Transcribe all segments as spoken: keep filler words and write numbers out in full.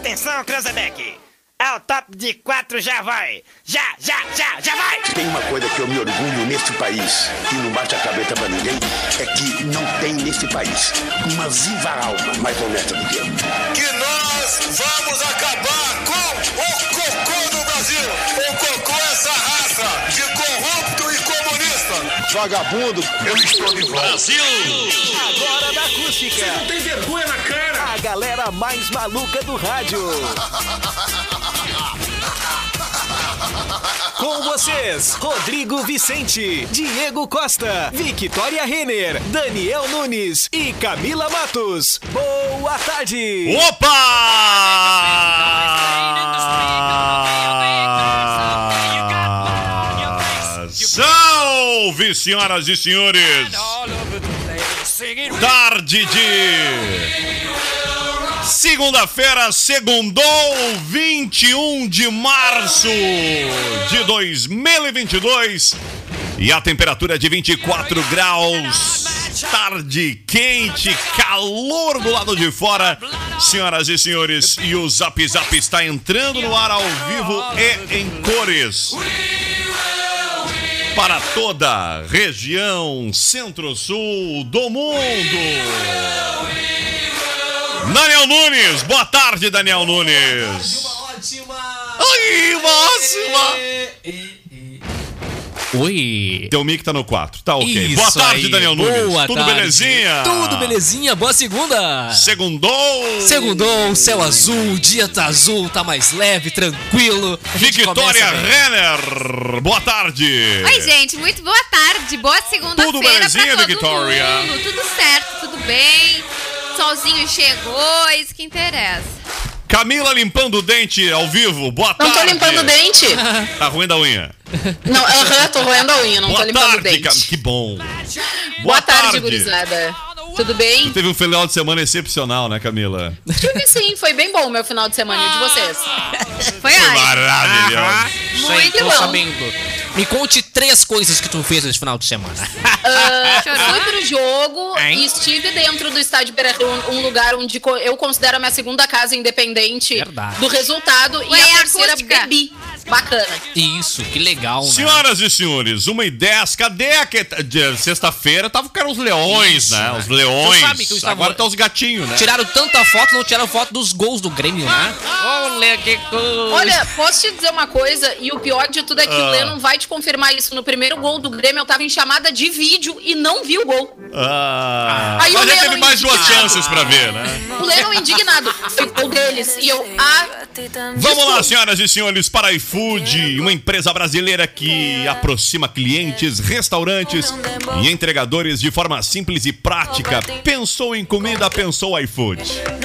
Atenção, Cranzebeck. Ao top de quatro já vai. Já, já, já, já vai. Tem uma coisa que eu me orgulho neste país e não bate a cabeça pra ninguém, é que não tem neste país uma viva alma mais honesta do que eu. Que nós vamos acabar com o cocô no Brasil. O cocô é essa raça de corrupto e comunista. Vagabundo, eu estou de volta. Brasil! Agora da acústica. Você não tem vergonha na cara? A galera mais maluca do rádio. Com vocês, Rodrigo Vicente, Diego Costa, Victoria Renner, Daniel Nunes e Camila Matos. Boa tarde! Opa! Salve, senhoras e senhores! Tarde de segunda-feira, segundou, vinte e um de março de dois mil e vinte e dois, e a temperatura é de vinte e quatro graus. Tarde quente, calor do lado de fora, senhoras e senhores, e o Zap Zap está entrando no ar ao vivo e em cores para toda a região centro-sul do mundo. Daniel Nunes, boa tarde, Daniel Nunes. Uma ótima. Oi, ótima. Oi. Teu mic tá no quatro, tá ok. Isso boa tarde, aí. Daniel Nunes. Boa Tudo tarde. belezinha? Tudo belezinha, boa segunda. Segundou. Segundou, céu azul, o dia tá azul, tá mais leve, tranquilo. A gente Victoria começa bem. Renner, boa tarde. Oi, gente, muito boa tarde, boa segunda-feira. Tudo belezinha, pra todo Victoria? mundo. Tudo certo, tudo bem. Solzinho chegou, isso que interessa. Camila limpando o dente ao vivo, boa Não tarde. tô limpando o dente. Tá ruim da unha. Não, aham, tô roendo a unha, não boa tô limpando tarde, o dente. Cam... que bom. Boa, Boa tarde, gurizada. Tudo bem? Teve um final de semana excepcional, né, Camila? Tive sim, foi bem bom o meu final de semana e o de vocês. Foi Foi ai. maravilhoso. Muito Tô bom. sabendo. Me conte três coisas que tu fez nesse final de semana. Ah, fui pro jogo Hein? e estive dentro do estádio Beira-Rio, um lugar onde co- eu considero a minha segunda casa independente Verdade. do resultado. Ué, e a é terceira acústica. bebi. Bacana. Isso, que legal, né? Senhoras e senhores, uma e dez, cadê a que... de sexta-feira? Tava ficaram os leões, Isso, né? né? Os leões. Tu sabe que eu estava- Agora tá os gatinhos, né? Tiraram tanta foto, não tiraram foto dos gols do Grêmio, né? Olha que coisa. Olha, posso te dizer uma coisa, e o pior de tudo é que Ah. o Lennon vai te confirmar isso. No primeiro gol do Grêmio, eu tava em chamada de vídeo e não vi o gol. Ah, Aí o mas já Leão teve mais duas indignado. chances pra ver, né? O Lennon indignado, foi gol deles. E eu, ah, Vamos lá, senhoras e senhores, para iFood, uma empresa brasileira que aproxima clientes, restaurantes e entregadores de forma simples e prática. Pensou em comida, pensou iFood.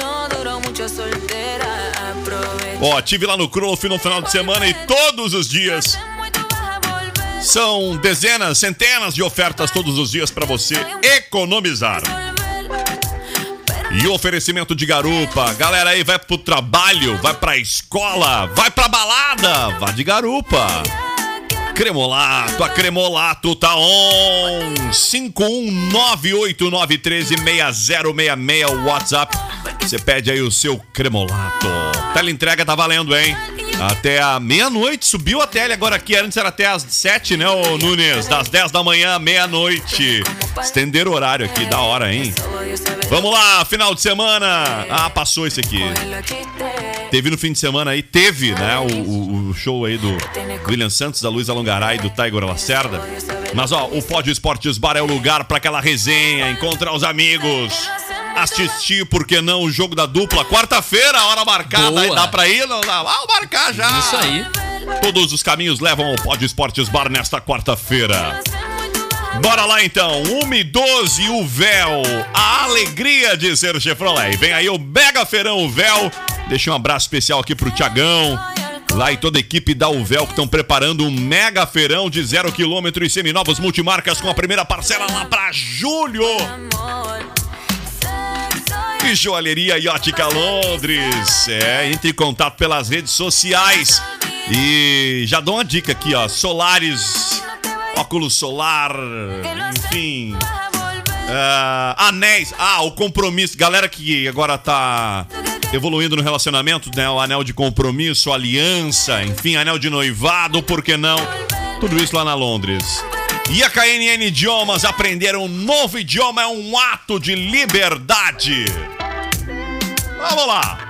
Ó, tive lá no Croft no final de semana e todos os dias são dezenas, centenas de ofertas todos os dias para você economizar. E o oferecimento de garupa. Galera aí vai pro trabalho, vai pra escola, vai pra balada, vai de garupa. Cremolato, a Cremolato tá on. cinco um nove oito nove um três seis zero seis seis, o WhatsApp. Você pede aí o seu Cremolato. Teleentrega tá valendo, hein? Até a meia-noite, subiu a tele agora aqui, antes era até às sete, né, ô Nunes? Das dez da manhã à meia-noite. Estenderam o horário aqui, da hora, hein? Vamos lá, final de semana. Ah, passou esse aqui. Teve no fim de semana aí, teve, né, o, o, o show aí do William Santos, da Luísa Longaray e do Tiger Lacerda. Mas, ó, o Pódio Esportes Bar é o lugar pra aquela resenha, encontrar os amigos, assistir, por que não, o jogo da dupla. Quarta-feira, a hora marcada, Boa. aí dá pra ir? Não dá? Ah, marcar já. Isso aí. Todos os caminhos levam ao Pódio Esportes Bar nesta quarta-feira. Bora lá então, uma e doze, o Véu, a alegria de ser Chevrolet. Vem aí o Mega Feirão o Véu. Deixa um abraço especial aqui pro Tiagão, lá e toda a equipe da Uvel que estão preparando um mega feirão de zero quilômetro e seminovos multimarcas com a primeira parcela lá pra julho. E Joalheria e Ótica Londres. É, entre em contato pelas redes sociais. E já dou uma dica aqui, ó. Solares, óculos solar, enfim. Uh, anéis. Ah, o compromisso. Galera que agora tá evoluindo no relacionamento, né? O anel de compromisso, aliança, enfim, anel de noivado, por que não? Tudo isso lá na Londres. E a K N N Idiomas, aprender um novo idioma é um ato de liberdade. Vamos lá.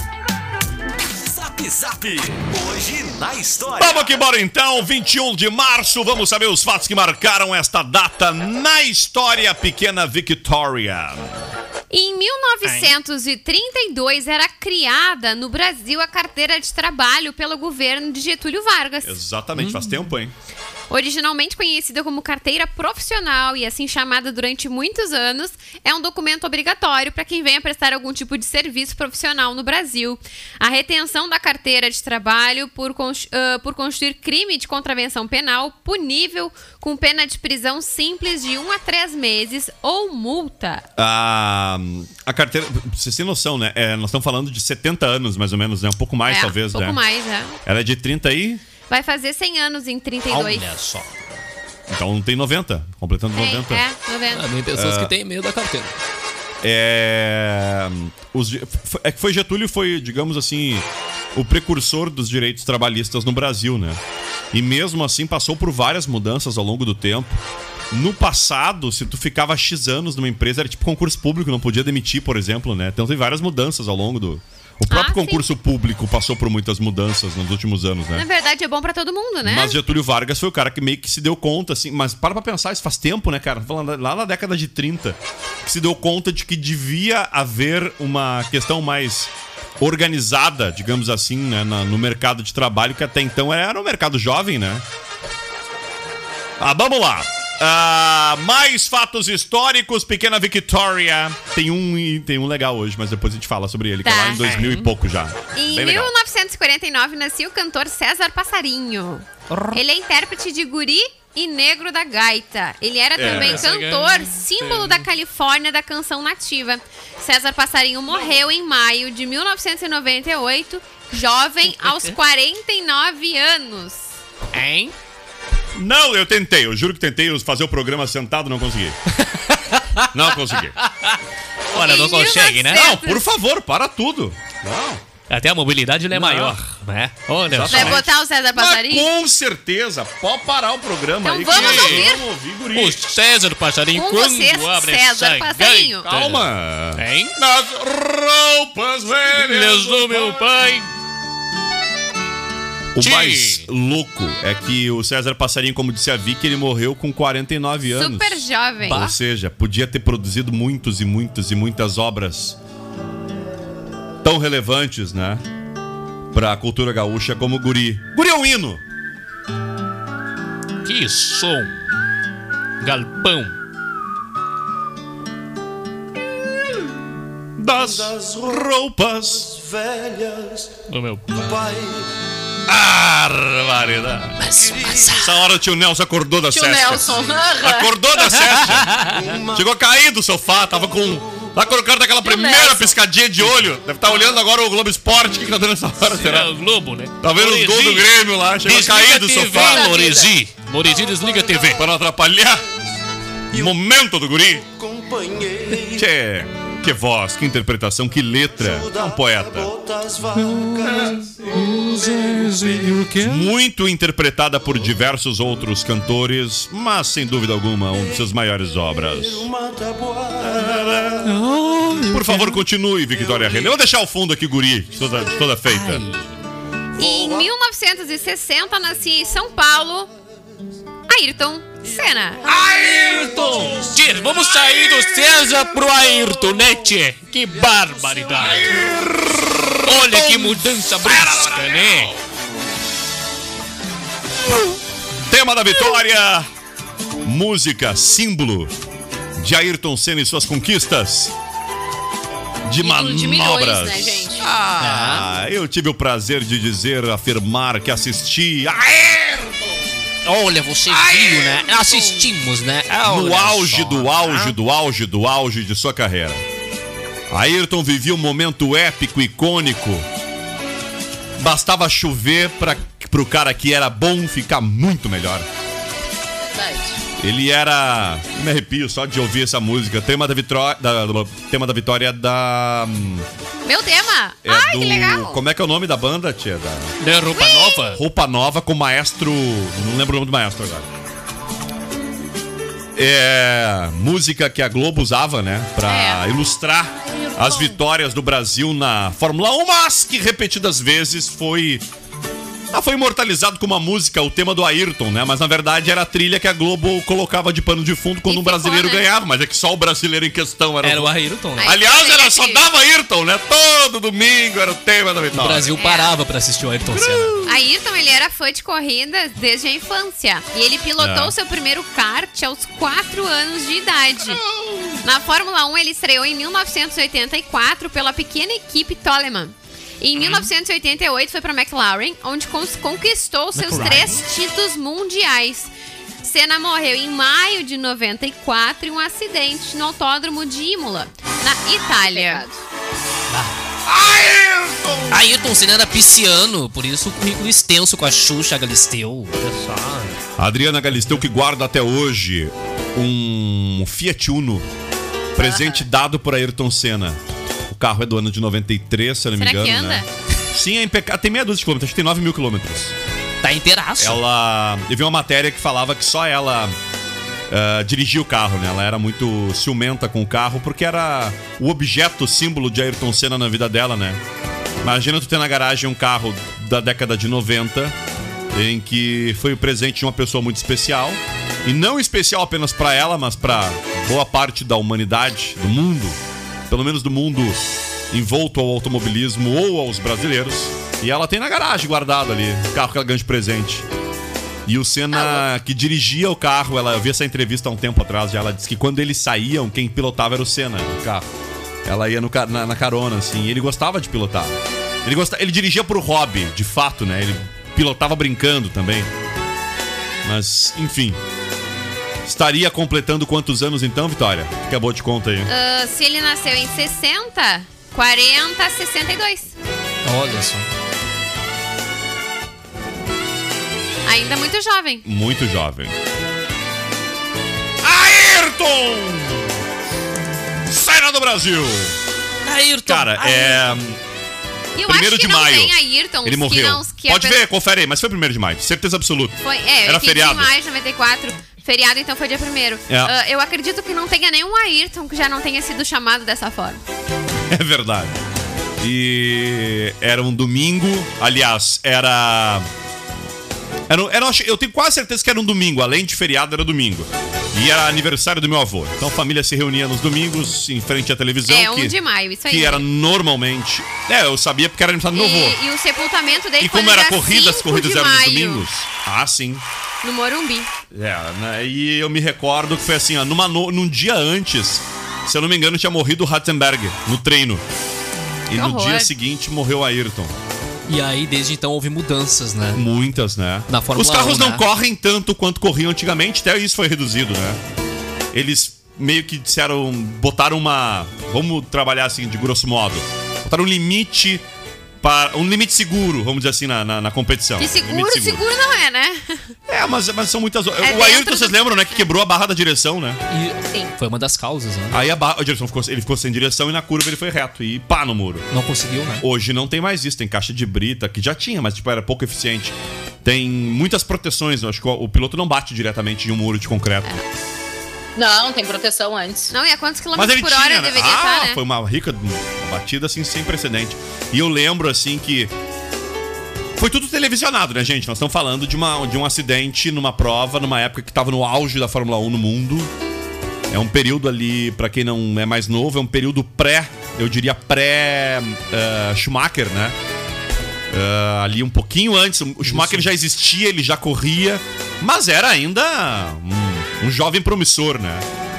Zap Zap, hoje na história. Vamos que bora então, vinte e um de março, vamos saber os fatos que marcaram esta data na história, pequena Victoria. Em mil novecentos e trinta e dois era criada no Brasil a carteira de trabalho pelo governo de Getúlio Vargas. Exatamente, hum. faz tempo, hein? Originalmente conhecida como carteira profissional e assim chamada durante muitos anos, é um documento obrigatório para quem venha prestar algum tipo de serviço profissional no Brasil. A retenção da carteira de trabalho por, uh, por constituir crime de contravenção penal punível com pena de prisão simples de um a três meses ou multa. Ah, a carteira, vocês têm noção, né? É, nós estamos falando de setenta anos, mais ou menos, né? Um pouco mais, é, talvez, um pouco né? mais, é. Ela é de trinta aí? Vai fazer cem anos em trinta e dois. Olha só. Então tem noventa, completando Tem, noventa. É, noventa. Ah, tem pessoas Uh, que têm medo da carteira. É... Os, é que foi Getúlio, foi, digamos assim, o precursor dos direitos trabalhistas no Brasil, né? E mesmo assim passou por várias mudanças ao longo do tempo. No passado, se tu ficava X anos numa empresa, era tipo concurso público, não podia demitir, por exemplo, né? Então tem várias mudanças ao longo do... O próprio ah, concurso sim. público passou por muitas mudanças nos últimos anos, né? Na verdade, é bom pra todo mundo, né? Mas Getúlio Vargas foi o cara que meio que se deu conta, assim... Mas para pra pensar, isso faz tempo, né, cara? Falando lá na década de trinta, que se deu conta de que devia haver uma questão mais organizada, digamos assim, né, na, no mercado de trabalho, que até então era um mercado jovem, né? Ah, vamos lá! Uh, mais fatos históricos, pequena Victoria. Tem um, tem um legal hoje, mas depois a gente fala sobre ele, tá. Que é lá em dois mil e pouco já. Em Bem mil novecentos e quarenta e nove nasceu o cantor César Passarinho. Ele é intérprete de Guri e Negro da Gaita. Ele era é. também cantor, símbolo da Califórnia da canção nativa. César Passarinho morreu em maio de mil novecentos e noventa e oito, jovem, aos quarenta e nove anos. Hein? Não, eu tentei, eu juro que tentei fazer o programa sentado, não consegui. Não consegui. Olha, não consegue, né? Não, por favor, para tudo. Não. Até a mobilidade ele é não. maior, né? Olha, vai botar o César Passarinho? Mas com certeza, pode parar o programa então aí. Vamos que... ouvir. Vamos ouvir, guri. O César Passarinho, com quando vocês, abre César Passarinho. Gaita. Calma. Hein? Nas roupas velhas do meu pai. O mais louco é que o César Passarinho, como disse a Vicky, ele morreu com quarenta e nove anos. Super jovem. Bah. Ou seja, podia ter produzido muitos e muitos e muitas obras tão relevantes, né? Pra cultura gaúcha como o Guri. Guri é um hino! Que som! Galpão! Das roupas velhas do meu pai. Barbaridade. Mas, mas, essa hora o tio Nelson acordou da tio cesta. Nelson. Acordou da cesta. Chegou a cair do sofá, tava com... Lá quando o cara daquela primeira Nelson. piscadinha de olho. Deve estar olhando agora o Globo Esporte. O que, que tá dando essa hora, será? É o Globo, né? Tá vendo os gols do Grêmio lá. Chegou a cair do T V, sofá. Morezi. Morezi desliga a T V. Para não atrapalhar o momento do Guri. Tchê, que voz, que interpretação, que letra. É um poeta. Muito interpretada por diversos outros cantores, mas sem dúvida alguma, um de suas maiores obras. Por favor, continue, Victoria Renner. Eu vou deixar o fundo aqui, Guri, de toda, de toda feita. Em mil novecentos e sessenta, nascia em São Paulo Ayrton Senna. Ayrton! Tchê, vamos sair do César pro Ayrton, né, tchê? Que barbaridade! Ayrton. Olha que mudança brusca, né? Tema da vitória: música, símbolo de Ayrton Senna e suas conquistas de manobras. De milhões, né, gente? Ah, eu tive o prazer de dizer, afirmar que assisti Ayrton. Olha, você viu, né? Assistimos, né? Olha no auge só, do auge ah. do auge do auge de sua carreira. Ayrton vivia um momento épico, icônico. Bastava chover para pro cara que era bom ficar muito melhor. Verdade. Ele era... Me arrepio só de ouvir essa música. Tema da vitória... Da, tema da vitória é da... Meu tema! É Ai, do, que legal! Como é que é o nome da banda, tia? Da... De roupa Ui! nova. Roupa Nova com o maestro... Não lembro o nome do maestro agora. É... Música que a Globo usava, né? Pra É. ilustrar as vitórias do Brasil na Fórmula um, mas que repetidas vezes foi... Ah, foi imortalizado com uma música, o tema do Ayrton, né? Mas na verdade era a trilha que a Globo colocava de pano de fundo quando E um ficou, brasileiro né? ganhava. Mas é que só o brasileiro em questão era, Era o Ayrton, né? Ai, Aliás, Ai, era gente. só dava Ayrton, né? Todo domingo era o tema da O vitória. Brasil parava pra assistir o Ayrton Senna. Ayrton, ele era fã de corridas desde a infância. E ele pilotou É. seu primeiro kart aos quatro anos de idade. Na Fórmula um, ele estreou em mil novecentos e oitenta e quatro pela pequena equipe Toleman. Em mil novecentos e oitenta e oito foi para McLaren, onde cons- conquistou seus McLaren. três títulos mundiais. Senna morreu em maio de noventa e quatro em um acidente no autódromo de Imola, na Itália. Pecado. Ayrton Senna era pisciano, por isso o currículo extenso com a Xuxa Galisteu. Olha A Adriana Galisteu, que guarda até hoje um Fiat Uno, presente dado por Ayrton Senna. O carro é do ano de noventa e três, se eu não me Será engano, que anda? né? Sim, é impecável. Tem meia dúzia de quilômetros, acho que tem nove mil quilômetros. só. Tá inteiraço. Ela... Eu vi uma matéria que falava que só ela uh, dirigia o carro, né? Ela era muito ciumenta com o carro, porque era o objeto, símbolo de Ayrton Senna na vida dela, né? Imagina tu ter na garagem um carro da década de noventa, em que foi o presente de uma pessoa muito especial. E não especial apenas pra ela, mas pra boa parte da humanidade, do mundo. Pelo menos do mundo envolto ao automobilismo ou aos brasileiros. E ela tem na garagem guardado ali, o carro que ela ganha de presente. E o Senna, que dirigia o carro, ela, eu vi essa entrevista há um tempo atrás, já ela disse que quando eles saíam, quem pilotava era o Senna, o carro. Ela ia no, ca- na, na carona, assim, e ele gostava de pilotar. Ele, gosta, ele dirigia pro hobby, de fato, né? Ele pilotava brincando também. Mas, enfim. Estaria completando quantos anos então, Vitória? Fica boa de conta aí. Ah, se ele nasceu em sessenta, quarenta, sessenta e dois. Olha só. Ainda muito jovem. Muito jovem. Ayrton! Senna do Brasil! Ayrton. Cara, Ayrton. é... E eu Primeiro acho que de não maio. tem Ayrton. Ele morreu. Que não, que Pode a ver, confere aí, mas foi primeiro de maio. Certeza absoluta. Foi, é, Era quinze feriado. de maio de noventa e quatro. Feriado, então foi dia primeiro. É. Ah, eu acredito que não tenha nenhum Ayrton que já não tenha sido chamado dessa forma. É verdade. E era um domingo. Aliás, era... era, era eu tenho quase certeza que era um domingo. Além de feriado, era domingo. E era aniversário do meu avô. Então a família se reunia nos domingos em frente à televisão. É, um que, de maio, isso aí. Que era normalmente... É, eu sabia porque era aniversário do meu avô. E, e o sepultamento dele E foi como no era dia corrida, as cinco corridas de eram nos maio, domingos. Ah, sim. no Morumbi. É, né? E eu me recordo que foi assim, ó, numa no, num dia antes, se eu não me engano, tinha morrido o Ratzenberger no treino. E Que no horror. dia seguinte morreu o Ayrton. E aí, desde então, houve mudanças, né? Muitas, né? Na Fórmula Os carros um, não né? correm tanto quanto corriam antigamente, até isso foi reduzido, né? Eles meio que disseram, botaram uma... Vamos trabalhar assim, de grosso modo. Botaram um limite... Para, um limite seguro, vamos dizer assim, na, na, na competição. Que seguro, Limite seguro. não é, né? É, mas, mas são muitas... É o dentro Ayrton, do- vocês lembram, né? Que quebrou a barra da direção, né? E Sim. foi uma das causas, né? Aí a, barra, a direção ficou, ele ficou sem direção e na curva ele foi reto e pá no muro. Não conseguiu, né? Hoje não tem mais isso, tem caixa de brita, que já tinha, mas tipo, era pouco eficiente. Tem muitas proteções, eu acho que o, o piloto não bate diretamente em um muro de concreto. Não, tem proteção antes. Não, e a quantos Mas quilômetros ele por tinha, hora né? deveria ah, estar, né? foi uma rica uma batida assim, sem precedente. E eu lembro assim que foi tudo televisionado, né, gente? Nós estamos falando de, uma, de um acidente numa prova, numa época que estava no auge da Fórmula um no mundo. É um período ali, pra quem não é mais novo, é um período pré, eu diria pré-Schumacher, né? Uh, ali um pouquinho antes, o Schumacher já existia, ele já corria, mas era ainda um, um jovem promissor, né?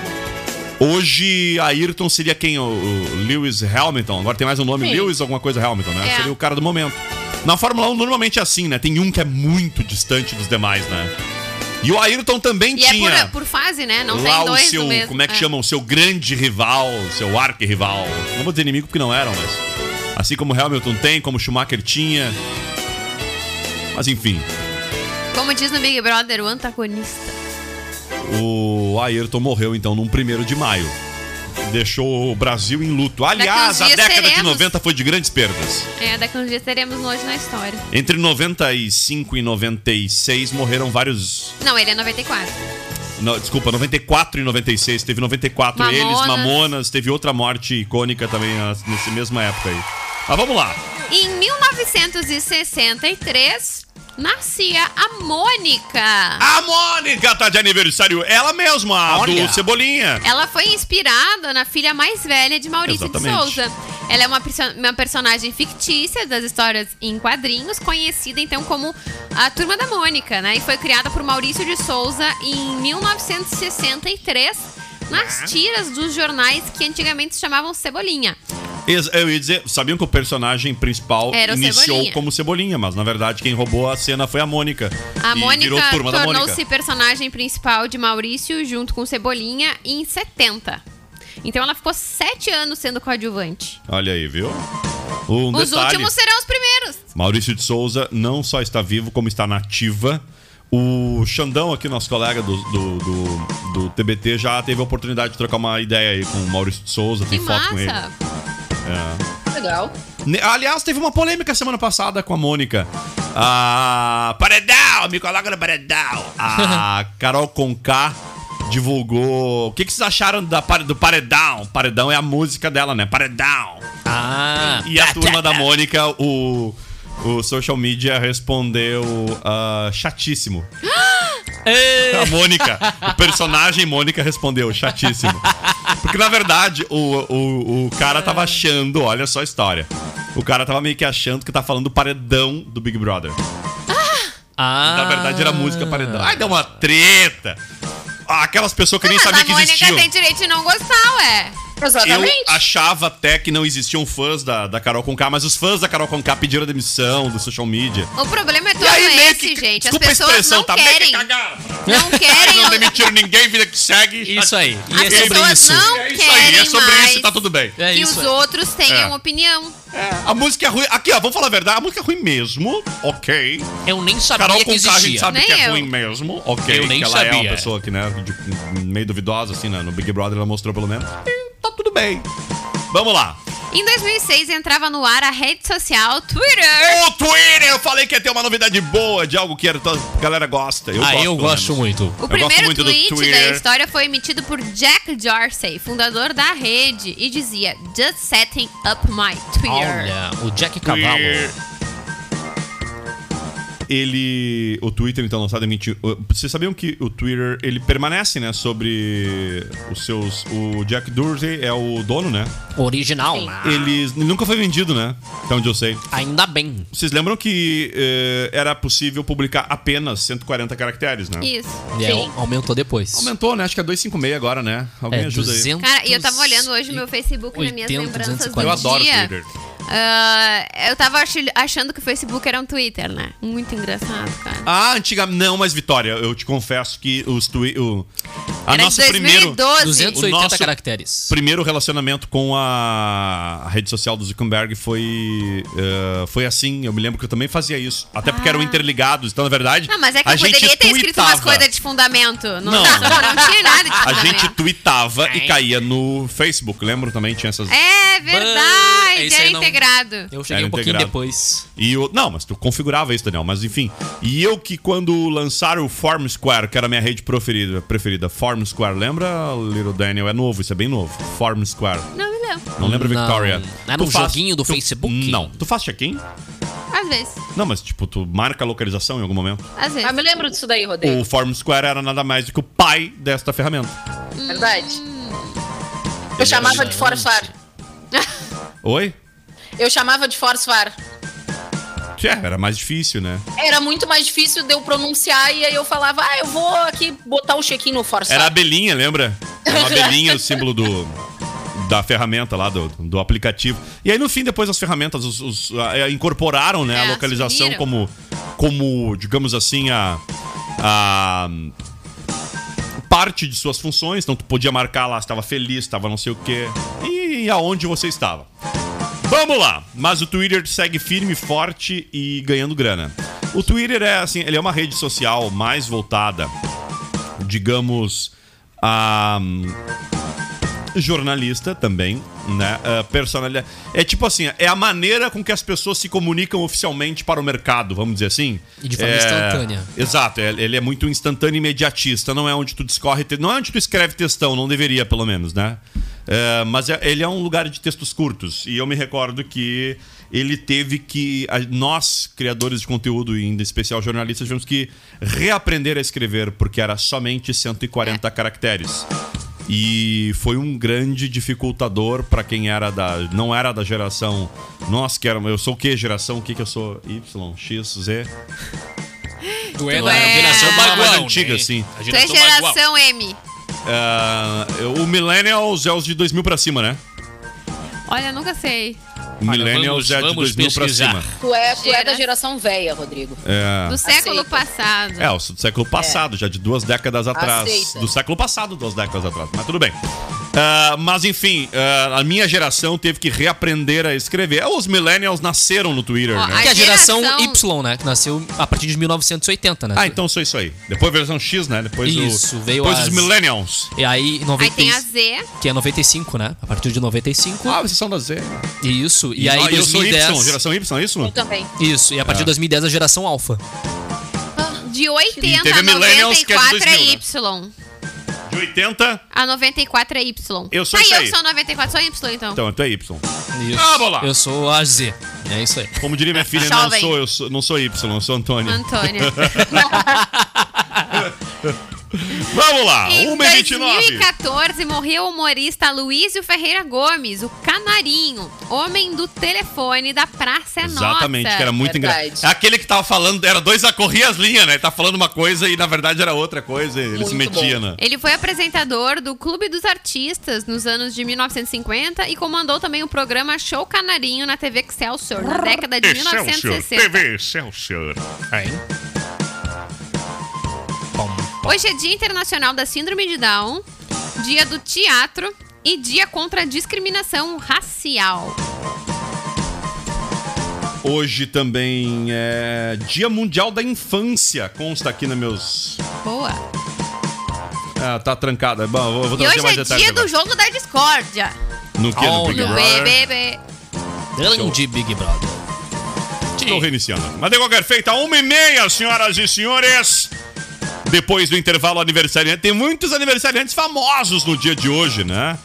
Hoje, Ayrton seria quem? O, o Lewis Hamilton. Agora tem mais um nome, Sim. Lewis alguma coisa Hamilton, né? É. Seria o cara do momento. Na Fórmula um, normalmente é assim, né? Tem um que é muito distante dos demais, né? E o Ayrton também E tinha é por, por fase, né? Não lá tem dois o seu, do mesmo. como é que chama? O seu grande rival, seu arqui-rival. Não vou dizer inimigo porque não eram, mas... Assim como Hamilton tem, como Schumacher tinha. Mas enfim. Como diz no Big Brother, o antagonista. O Ayrton morreu, então, num primeiro de maio. Deixou o Brasil em luto. Aliás, a década teremos... de noventa foi de grandes perdas. É, daqui uns dias teremos um hoje na história. Entre noventa e cinco e noventa e seis morreram vários... Não, ele é noventa e quatro. Não, desculpa, noventa e quatro e noventa e seis. Teve noventa e quatro Mamonas. eles, Mamonas. Teve outra morte icônica também nessa mesma época aí. Mas vamos lá. Em mil novecentos e sessenta e três... nascia a Mônica. A Mônica tá de aniversário. Ela mesma, a Olha. do Cebolinha. Ela foi inspirada na filha mais velha de Maurício Exatamente. de Souza. Ela é uma, perso- uma personagem fictícia das histórias em quadrinhos, conhecida então como a Turma da Mônica, né? E foi criada por Maurício de Souza em mil novecentos e sessenta e três, nas tiras dos jornais que antigamente se chamavam Cebolinha. Ex- Eu ia dizer, sabiam que o personagem principal Era o iniciou Cebolinha. como Cebolinha, mas na verdade quem roubou a cena foi a Mônica. A e Mônica virou Turma da Mônica. tornou-se personagem principal de Maurício junto com Cebolinha em setenta. Então ela ficou sete anos sendo coadjuvante. Olha aí, viu? Um Os detalhe, últimos serão os primeiros. Maurício de Souza não só está vivo, como está na ativa. O Xandão aqui, nosso colega do, do, do, do T B T, já teve a oportunidade de trocar uma ideia aí com o Maurício de Souza, tem Que foto com ele. massa. Legal. Ne- Aliás, teve uma polêmica semana passada com a Mônica. A Paredão, me coloca no Paredão. A Carol Conká divulgou. O que, que vocês acharam da, pare- do Paredão? Paredão é a música dela, né? Paredão. Ah. E a turma da Mônica, o, o social media respondeu ah, chatíssimo. A Mônica, o personagem Mônica respondeu chatíssimo. Porque na verdade o, o, o cara tava achando, olha só a história. O cara tava meio que achando que tá falando do paredão do Big Brother. Ah. Na verdade era a música paredão. Ai, deu uma treta. Ah, aquelas pessoas que nem Mas sabiam a que Mônica existiam. tem direito de não gostar, ué. Eu Exatamente. achava até que não existiam fãs da, da Carol Conká, mas os fãs da Carol Conká pediram a demissão do social media. O problema é todo E aí, meio esse, que, gente. As desculpa a pessoas expressão, não tá meio que querem. cagaram. Não querem. Não demitiram ninguém, vida que segue. Isso aí. E As é sobre pessoas isso. não É isso querem aí, é sobre mais isso, tá tudo bem. É que isso os aí. outros tenham É. opinião. A música é ruim. Aqui, ó, vamos falar a verdade. A música é ruim mesmo, ok. Eu nem sabia Carol que Conká, a gente existia. sabe Nem que é eu. ruim mesmo, ok. Eu nem que ela é uma sabia. pessoa que, né, de- meio duvidosa, assim, né? No Big Brother ela mostrou pelo menos. E tá tudo bem. Vamos lá. Em dois mil e seis entrava no ar a rede social Twitter. O Twitter, eu falei que ia ter uma novidade boa de algo que a galera gosta. Eu Ah, gosto, eu pelo gosto menos. muito. O Eu gosto primeiro muito do tweet da Twitter. história foi emitido por Jack Dorsey, fundador da rede, e dizia: Just setting up my Twitter. Olha, o Jack Cavalo. Twitter. Ele, o Twitter então lançado em vinte. Vocês sabiam que o Twitter ele permanece, né, sobre os seus. O Jack Dorsey é o dono, né? Original. Sim. Ele nunca foi vendido, né? Até onde eu sei. Ainda bem. Vocês lembram que eh, era possível publicar apenas cento e quarenta caracteres, né? Isso. E Sim. é, aumentou depois. Aumentou, né? Acho que é duzentos e cinquenta e seis agora, né? Alguém É ajuda aí. duzentos Cara, e eu tava olhando hoje o meu Facebook nas minhas oitenta, lembranças duzentos e do quarenta. Eu adoro o dia. Twitter. Ah, eu tava ach- achando que o Facebook era um Twitter, né? Muito engraçado, cara. Ah, antiga. Não, mas Vitória, eu te confesso que os twi... o a Era nosso de dois mil e primeiro doze. duzentos e O oitenta nosso- caracteres. primeiro relacionamento com a, a rede social do Zuckerberg foi eh, foi assim. Eu me lembro que eu também fazia isso. Até porque eram interligados. Então, na verdade, Não, mas é que a eu gente poderia ter escrito umas tweetava. coisas de fundamento. Não, Não. não, não tinha nada de A fundamento. gente tweetava e caía no Facebook. Lembro também? Tinha essas... É É verdade, isso era aí não- integrado. Eu cheguei Era um pouquinho integrado. depois. E eu, não, mas tu configurava isso, Daniel. Mas enfim. E eu que quando lançaram o Formsquare, que era a minha rede preferida, preferida Formsquare, lembra, Little Daniel? É novo, isso é bem novo. Formsquare. Não me lembro. Não lembra, Não. Victoria? Era Tu um faz- joguinho do tu- Facebook? Não. Tu faz check-in? Às vezes. Não, mas tipo, tu marca a localização em algum momento. Às vezes. Ah, me lembro disso daí, Rodrigo. O Formsquare era nada mais do que o pai desta ferramenta. Verdade. Eu chamava de Forsvar. Oi? Eu chamava de Forsvar. É, era mais difícil, né? Era muito mais difícil de eu pronunciar e aí eu falava, ah, eu vou aqui botar o check-in no Forsvar. Era a abelhinha, lembra? Era uma abelhinha, o símbolo do, da ferramenta lá, do, do aplicativo. E aí, no fim, depois as ferramentas os, os, a- incorporaram, né, É, a localização assumiram. como, como, digamos assim, a, a parte de suas funções. Então, tu podia marcar lá se estava feliz, estava não sei o quê. E aonde você estava. Vamos lá, mas o Twitter segue firme, forte e ganhando grana. O Twitter é assim, ele é uma rede social mais voltada digamos, a jornalista também, né? Uh, personalidade. É tipo assim, é a maneira com que as pessoas se comunicam oficialmente para o mercado, vamos dizer assim. E de forma é... instantânea. Exato, é, ele é muito instantâneo e imediatista. Não é onde tu discorre, te... não é onde tu escreve textão, não deveria, pelo menos, né? É, mas é, ele é um lugar de textos curtos. E eu me recordo que ele teve que... A, nós, criadores de conteúdo, e em especial jornalistas, tivemos que reaprender a escrever, porque era somente cento e quarenta é. caracteres. E foi um grande dificultador para quem era da, não era da geração. Nós que éramos. Eu sou o que geração? O que que eu sou? Y, X, Z? Tu é da geração mais bagual, antiga, né? sim. Tu é geração M. Uh, o Millennials é os de dois mil pra cima, né? Olha, nunca sei. O Millennials é de dois mil pra cima. Tu é, tu é da geração velha, Rodrigo. É. Do século Aceita. passado. É, o do século passado, é. já de duas décadas atrás. Aceita. Do século passado, duas décadas atrás. Mas tudo bem. Uh, mas enfim, uh, a minha geração teve que reaprender a escrever. Os Millennials nasceram no Twitter, Ó, né? Que é a geração, geração Y, né? Que nasceu a partir de mil novecentos e oitenta, né? Ah, então sou isso aí. Depois a versão X, né? Depois Isso, o, veio depois as- os Millennials. E aí, noventa... Aí tem a Z. que é noventa e cinco, né? A partir de noventa e cinco. Ah, vocês são da Z. Isso. E, aí, nós- eu sou dois mil e dez. Y, geração Y, é isso? Eu também. Isso. E a partir de dois mil e dez, a geração Alpha. De E oitenta teve a Millennials, que é de noventa e quatro é dois Y. De oitenta, A noventa e quatro é Y. Eu sou ah, isso eu aí. sou noventa e quatro, sou Y, então. então, tu é Y. Isso. Ah, vou lá. Eu sou a Z. É isso aí. Como diria minha filha, não Jovem. sou, eu sou, não sou Y, eu sou Antônio. Antônia. Vamos lá, Em uma e vinte e dois mil e nove. quatorze, morreu o humorista Luísio Ferreira Gomes, o Canarinho, homem do telefone da Praça é Nossa. Exatamente, que era muito Verdade. engraçado. É aquele que tava falando, era dois a correr as linhas, né? Ele tá falando uma coisa e na verdade era outra coisa, e ele Muito se metia, bom. né? Ele foi apresentador do Clube dos Artistas nos anos de mil novecentos e cinquenta e comandou também o programa Show Canarinho na T V Excelsior, na década de mil novecentos e sessenta. T V Excelsior. Aí. Pom, pom. Hoje é Dia Internacional da Síndrome de Down, Dia do Teatro e Dia contra a Discriminação Racial. Hoje também é Dia Mundial da Infância, consta aqui nos meus... Boa. Ah, tá trancada. Bom, eu vou E trazer hoje mais é detalhes Dia do agora. Jogo da Discórdia, No que? No Big Olha. no Brother? B B B. Grande Big Brother. Estou reiniciando. Mas de qualquer feito, a uma e meia, senhoras e senhores. Depois do intervalo aniversariante. Tem muitos aniversariantes famosos no dia de hoje, né?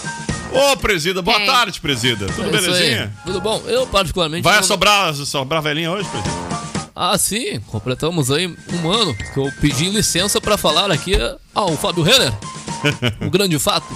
Ô, presida, boa Tem. tarde, presida. Tudo É isso aí. belezinha? Tudo bom? Eu, particularmente... Vai não- sobrar, sobrar velhinha hoje, presida? Ah, sim. Completamos aí um ano que eu pedi licença pra falar aqui ao Fábio Renner. O grande fato.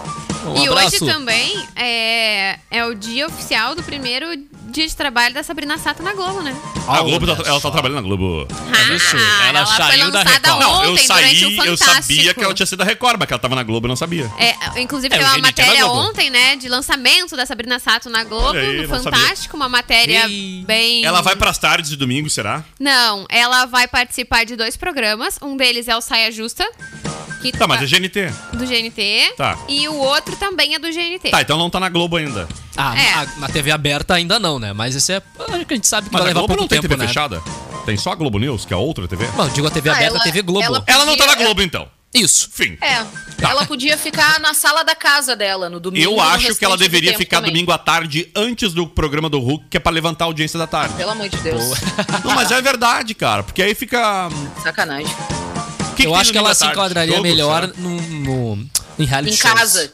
Um E abraço. hoje também é, é o dia oficial do primeiro dia de trabalho da Sabrina Sato na Globo, né? A Globo, tá, Olha ela só. tá trabalhando na Globo. Isso, Ah, ela foi saiu da lançada Record. Não, eu ontem saí, durante o eu Fantástico. sabia que ela tinha sido da Record, mas que ela tava na Globo, eu não sabia. É, inclusive É, tem o uma Genite é da matéria Globo. ontem, né, de lançamento da Sabrina Sato na Globo, Olha aí, no não Fantástico, uma matéria E- bem... Ela vai pras tardes de domingo, será? Não, ela vai participar de dois programas, um deles é o Saia Justa, que Tá, mas é G N T. do G N T, Tá. e o outro também é do G N T. Tá, então não tá na Globo ainda. Ah, É. na, na T V aberta ainda não, né? Mas isso é... Acho que a gente sabe que Mas vai a levar Globo pouco não tem tempo, T V né? fechada? Tem só a Globo News, que é a outra T V? Não, eu digo a T V Ah, aberta, ela- a T V Globo. ela- Ela não tá na podia- Globo, então. Isso. Fim. É. Ela podia ficar na sala da casa dela, no domingo. Eu no acho que ela restante do deveria tempo ficar também. domingo à tarde antes do programa do Hulk, que é pra levantar a audiência da tarde. Pelo amor de Deus. Não, mas é verdade, cara, porque aí fica... Sacanagem. O que Eu que tem acho que domingo ela à se tarde? enquadraria Jogo, melhor será? no, no, em reality Em shows. casa.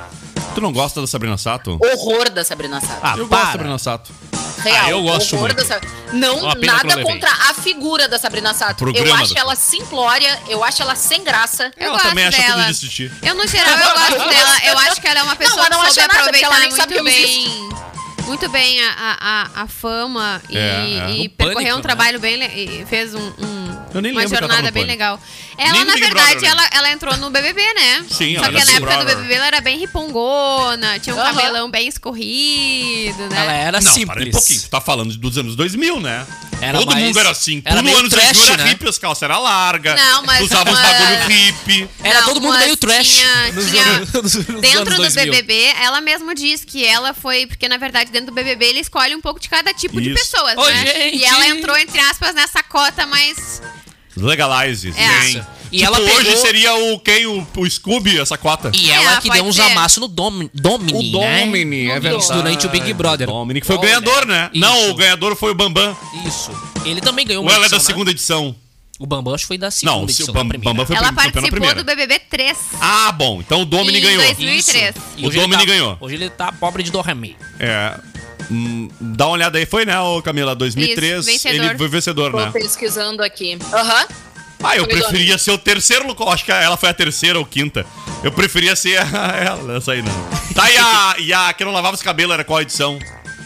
Tu não gosta da Sabrina Sato? Horror da Sabrina Sato. Ah, Eu gosto para. da Sabrina Sato. Real. Ah, eu gosto horror muito. da Sa- Não, Uma pena que eu nada não levei. contra a figura da Sabrina Sato. Programa eu acho da- ela simplória, eu acho ela sem graça. Eu Ela gosto também acha dela. tudo de assistir. Eu, no geral, eu gosto dela. Eu acho que ela é uma pessoa Não, mas não que acha soube nada, porque ela aproveitar nem muito sabe que eu bem... Muito bem a, a, a fama e, É, é. e No percorreu Pânico, um né? trabalho bem... le- e fez um, um- Eu nem uma lembro que ela tava jornada no bem Pânico. legal. Ela, Nem no na Big verdade, Brother, ela, ela entrou no B B B, né? Sim, Só ela que era na Big época do Brother. B B B ela era bem ripongona, tinha um Aham. cabelão bem escorrido, né? Ela era Não, simples. para um pouquinho. Tu tá falando dos anos dois mil, né? Era Todo mais- mundo era assim. era Tudo meio anos dois mil trash, era né? hippie, as calças eram largas. Não, mas- Usava uns mas- bagulho hippie. Era Não, todo mundo mas meio trash. tinha- nos tinha- anos- nos Dentro anos do dois mil. B B B, ela mesma diz que ela foi... Porque, na verdade, dentro do B B B, ele escolhe um pouco de cada tipo de Isso. pessoas, Ô, né? gente! E ela entrou, entre aspas, nessa cota mais... Legalize, É. sim. E tipo, ela pegou... hoje seria o quem? O, o Scooby, essa cota. E É, ela que pode deu uns ser. amassos no Dom, Domini, O Domini, né? é verdade. Durante o Big Brother. Domini, que foi o Olha, ganhador, né? isso. Não, o ganhador foi o Bambam. Isso. Ele também ganhou Ou uma ela é da edição, né? segunda edição? O Bambam acho que foi da segunda Não, edição, o da Bam- primeira. Bambam foi Ela campeão na participou primeira. do B B B três. Ah, bom. Então o Domini Em ganhou. dois mil e três. E O hoje ele Domini tá- ganhou. Hoje ele tá pobre de Dorami. É. Hum, dá uma olhada aí. Foi, né, ô Camila? dois mil e três. Isso, vencedor. Ele foi vencedor, Tô né? pesquisando aqui. Aham. Ah, eu Foi preferia ser o terceiro local. Acho que ela foi a terceira ou quinta. Eu preferia ser a- ela, essa aí não. Tá, e a, e a que não lavava os cabelos era qual edição?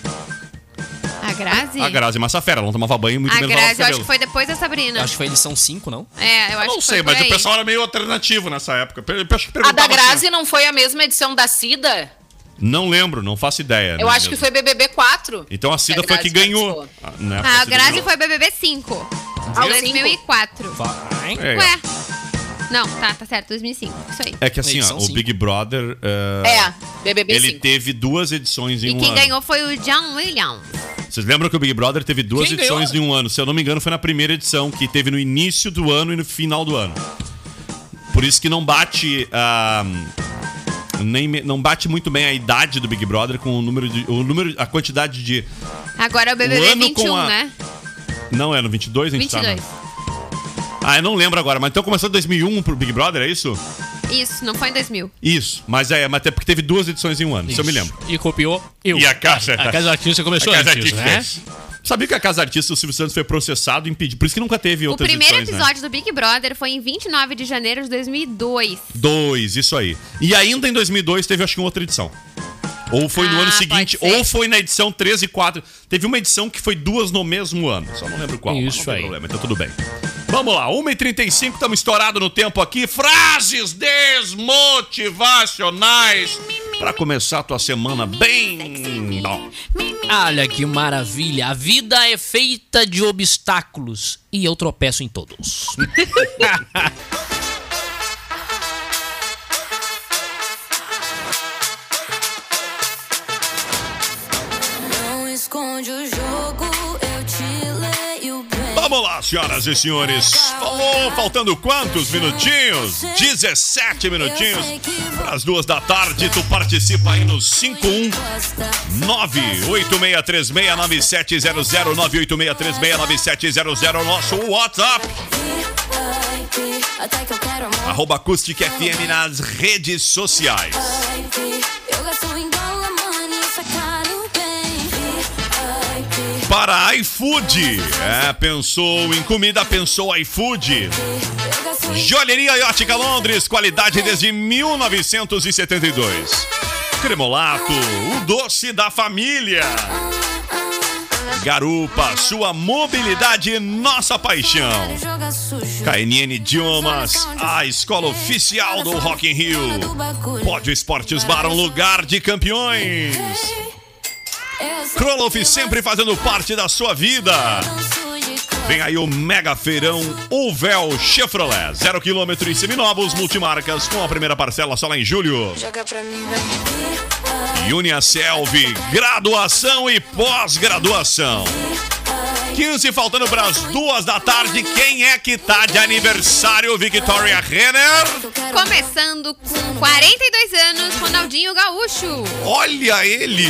A Grazi? A Grazi Massafera. Ela não tomava banho e muito A menos lavava os Grazi, eu acho cabelos. que foi depois da Sabrina. Acho que foi edição cinco, não? É, eu acho Não que sei, foi por mas o aí. pessoal era meio alternativo nessa época. Eu acho que A da perguntava Grazi assim, não foi a mesma edição da Cida? não lembro, não faço ideia. Eu né, acho que mesmo. foi B B B quatro. Então a Cida Que foi a que Grazi ganhou. participou. Ah, né, Ah, a Cida Grazi ganhou. foi B B B cinco. Ah, o dois mil e quatro. Vai. É, Ué. Não, tá, tá certo, dois mil e cinco. Isso aí. é que assim, ó, Edição o cinco. Big Brother. eh, É, B B B Ele cinco. teve duas edições em E um quem ano. ganhou foi o John Williams. Vocês lembram que o Big Brother teve duas Quem edições ganhou? em um ano? Se eu não me engano, foi na primeira edição, que teve no início do ano e no final do ano. Por isso que não bate. ah, nem, me- não bate muito bem a idade do Big Brother com o número de. O número, a quantidade de. Agora é o B B O B ano vinte e um, com a- né? Não, é no vinte e dois, a gente vinte e dois. tá. né? Ah, eu não lembro agora, mas então começou em dois mil e um pro Big Brother, é isso? Isso, não foi em dois mil. Isso, mas é, mas até porque teve duas edições em um ano, isso eu me lembro. E copiou eu. E a Casa- A Casa Artista começou A Casa antes, né? Artistas. Sabia que a Casa Artista, o Silvio Santos foi processado e impedido. Por isso que nunca teve O outras primeiro edições, né? episódio do Big Brother foi em vinte e nove de janeiro de dois mil e dois. Dois, isso aí. E ainda em dois mil e dois teve, acho que, uma outra edição. Ou foi no Ah, ano seguinte, pode ser. ou foi na edição treze e quatro. Teve uma edição que foi duas no mesmo ano. Só não lembro qual. mas Isso não tem aí. problema, então tudo bem. Vamos lá, uma e trinta e cinco, estamos estourados no tempo aqui. Frases desmotivacionais pra começar a tua semana bem... Bom. Olha que maravilha. A vida é feita de obstáculos e eu tropeço em todos. Não esconde o jogo, eu te leio bem. Vamos lá, senhoras e senhores. Falou, faltando quantos minutinhos? dezessete minutinhos para as duas da tarde. Tu participa aí no cinco um nove oito seis três seis nove sete zero zero nove oito seis três seis nove sete zero zero, nosso WhatsApp. Até que eu quero amor. Arroba Acústica F M nas redes sociais. Eu gasto em dólar, money, essa caro bem. Para iFood. É, pensou em comida, pensou iFood. Eu gasto em Joalheria e Ótica Londres, qualidade desde mil novecentos e setenta e dois. Cremolato, o doce da família. Garupa, sua mobilidade, nossa paixão. jogar sujo. K N N Idiomas, a escola oficial do Rock in Rio. Pódio Esportes Bar, um lugar de campeões. Kroloff sempre fazendo parte da sua vida. Vem aí o mega feirão Uvel Chevrolet. Zero quilômetro e seminovos multimarcas com a primeira parcela só lá em julho. Joga pra mim, vai. Uniaselv, graduação e pós-graduação. quinze faltando para as duas da tarde. Quem é que tá de aniversário, Victoria Renner? Começando com quarenta e dois anos, Ronaldinho Gaúcho. Olha ele!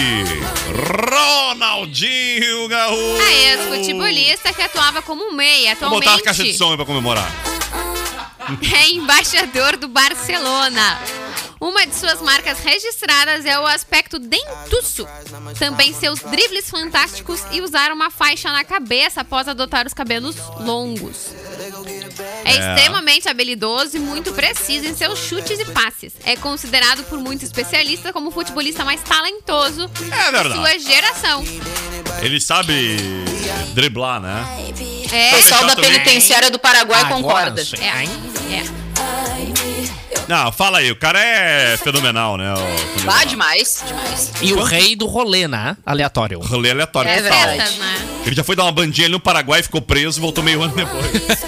Ronaldinho Gaúcho! A ex-futebolista que atuava como meia, Vou botar a caixa de atualmente som aí pra comemorar. é embaixador do Barcelona. Uma de suas marcas registradas é o aspecto dentuço. Também seus dribles fantásticos e usar uma faixa na cabeça após adotar os cabelos longos. É, É. extremamente habilidoso e muito preciso em seus chutes e passes. É considerado por muitos especialistas como o futebolista mais talentoso É verdade. de sua geração. Ele sabe driblar, né? O É, pessoal da também. penitenciária do Paraguai Agora concorda. sim. é, é. Não, fala aí, o cara é fenomenal, né? O... Ah, demais, demais. E o rei do rolê, né? Aleatório. Rolê aleatório É total. verdade. Festas, né? Ele já foi dar uma bandinha ali no Paraguai, ficou preso, voltou meio ano depois.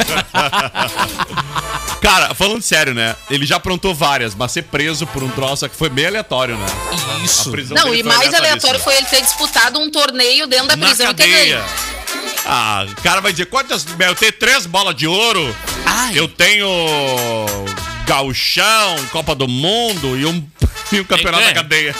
Cara, falando sério, né? Ele já aprontou várias, mas ser preso por um troço que foi bem aleatório, né? A Isso. prisão Não, dele e foi mais aleatoríssima. aleatório foi ele ter disputado um torneio dentro da Na prisão e ter cadeia. ganho. Ah, o cara vai dizer, quantas... Eu tenho três bolas de ouro. Ai. Eu tenho Gauchão, Copa do Mundo e um, e um campeonato da cadeia.